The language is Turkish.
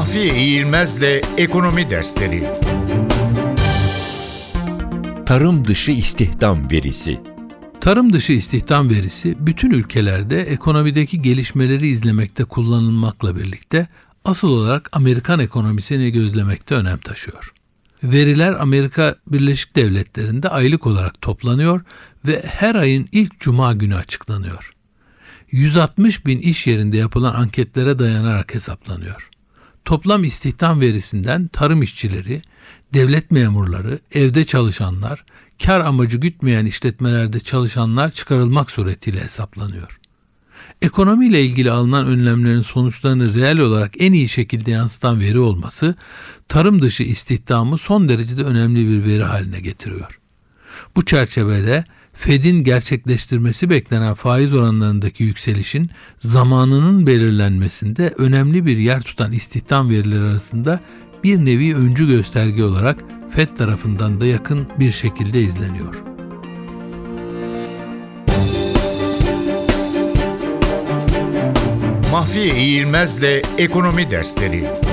Mahfiye İğilmez'le Ekonomi Dersleri. Tarım dışı istihdam verisi. Tarım dışı istihdam verisi bütün ülkelerde ekonomideki gelişmeleri izlemekte kullanılmakla birlikte asıl olarak Amerikan ekonomisini gözlemekte önem taşıyor. Veriler Amerika Birleşik Devletleri'nde aylık olarak toplanıyor ve her ayın ilk cuma günü açıklanıyor. 160 bin iş yerinde yapılan anketlere dayanarak hesaplanıyor. Toplam istihdam verisinden tarım işçileri, devlet memurları, evde çalışanlar, kar amacı gütmeyen işletmelerde çalışanlar çıkarılmak suretiyle hesaplanıyor. Ekonomiyle ilgili alınan önlemlerin sonuçlarını reel olarak en iyi şekilde yansıtan veri olması, tarım dışı istihdamı son derecede önemli bir veri haline getiriyor. Bu çerçevede Fed'in gerçekleştirmesi beklenen faiz oranlarındaki yükselişin zamanının belirlenmesinde önemli bir yer tutan istihdam verileri arasında bir nevi öncü gösterge olarak Fed tarafından da yakın bir şekilde izleniyor. Mahfiye İğilmez'le Ekonomi Dersleri.